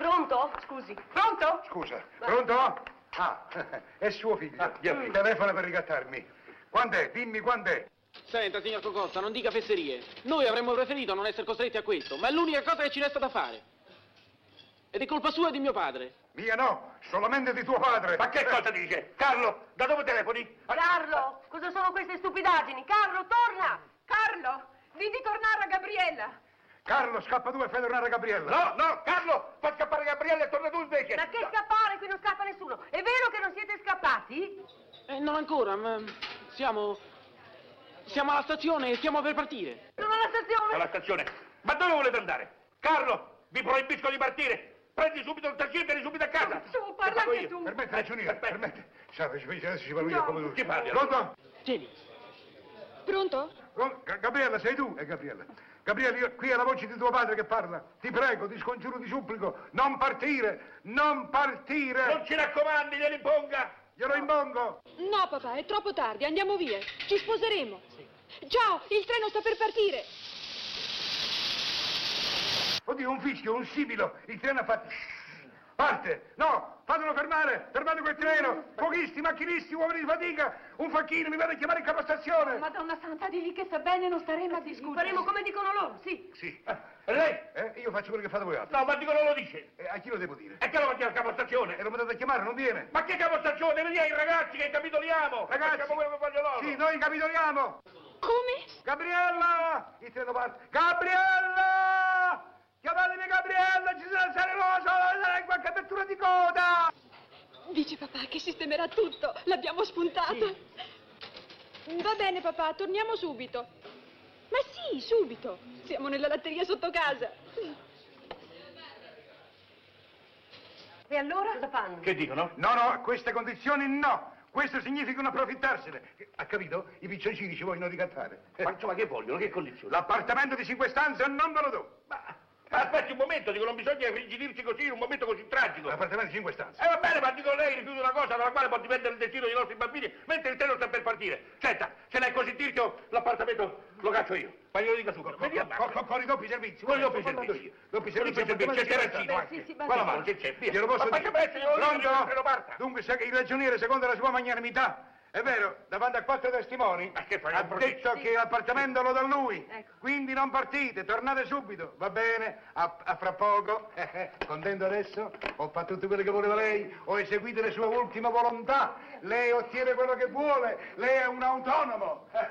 Pronto? Scusi. Pronto? Scusa, pronto? Ah, è suo figlio. Telefona per ricattarmi. Quand'è? Dimmi quand'è. Senta, signor Cocotta, non dica fesserie. Noi avremmo preferito non essere costretti a questo, ma è l'unica cosa che ci resta da fare. Ed è colpa sua e di mio padre. Mia no, solamente di tuo padre. Ma che cosa dice? Carlo, da dove telefoni? Carlo, cosa sono queste stupidaggini? Carlo, torna! Carlo, di tornare a Gabriella. Carlo, scappa tu e fai tornare Gabriella. No, Carlo, fa scappare Gabriele e torna tu invece. Ma che scappare? Qui non scappa nessuno. È vero che non siete scappati? Non ancora, ma siamo alla stazione e stiamo per partire. Sono alla stazione. Alla stazione. Ma dove volete andare? Carlo, vi proibisco di partire. Prendi subito il taxi e vieni subito a casa. Su, parla anche tu. Permette, ragionire, permette. Adesso ci parlo io come tu. Chi parli? Pronto? Tieni. Pronto? Gabriella, sei tu? È Gabriella. Gabriella, qui è la voce di tuo padre che parla. Ti prego, ti scongiuro, ti supplico, non partire, non partire. Non ci raccomandi, glielo imponga. Glielo impongo. No, papà, è troppo tardi, andiamo via. Ci sposeremo. Ciao, il treno sta per partire. Oddio, un fischio, un sibilo. Il treno ha fatto... Parte! No! Fatelo fermare! Fermate quel treno! Pochissimi, macchinissimi, uomini di fatica! Un facchino, mi vado a chiamare in capostazione! Madonna santa, digli che sta bene, non staremo a discutere. Faremo come dicono loro, sì. Sì. E lei? Io faccio quello che fate voi altri. No, ma dico non lo dice. A chi lo devo dire? E che lo mandi alla capostazione? E lo mandate a chiamare, non viene? Ma che capostazione? Vedi i ragazzi che capitoliamo! Ragazzi! Facciamo quello che voglio loro! Sì, noi capitoliamo! Come? Gabriella! Il treno parte! Gabriella! Chiamatemi Gabriella, ci sarà il saleroso, sarà in qualche apertura di coda! Dice papà che sistemerà tutto, l'abbiamo spuntato. Va bene papà, torniamo subito. Ma sì, subito. Siamo nella latteria sotto casa. E allora cosa fanno? Che dicono? No, a queste condizioni no! Questo significa non approfittarsene. Ha capito? I piccioncini ci vogliono ricattare. Ma insomma, che vogliono? Che condizioni? L'appartamento di 5 stanze non ve lo do. Aspetti un momento, dico, non bisogna irrigidirsi così in un momento così tragico. L'appartamento di 5 stanze. Va bene, ma dico lei rifiuta una cosa dalla quale può dipendere il destino dei nostri bambini, mentre il treno sta per partire. Senta, se lei è così tirchio, l'appartamento lo caccio io. Ma glielo dico subito. Con i doppi servizi. Con i doppi servizi. Doppi servizi. C'è terrazzino anche. Sì, Qua la mano, c'è, via. Glielo posso Ma dire. faccia presto, glielo dico, il treno parta. Dunque, il ragioniere, secondo la sua magnanimità, è vero, davanti a 4 testimoni, Ma che fai, ha un processo? detto che l'appartamento lo dà lui. Ecco. Quindi non partite, tornate subito. Va bene? A fra poco. Contento adesso? Ho fatto tutto quello che voleva lei? Ho eseguito le sue ultime volontà? Lei ottiene quello che vuole? Lei è un autonomo?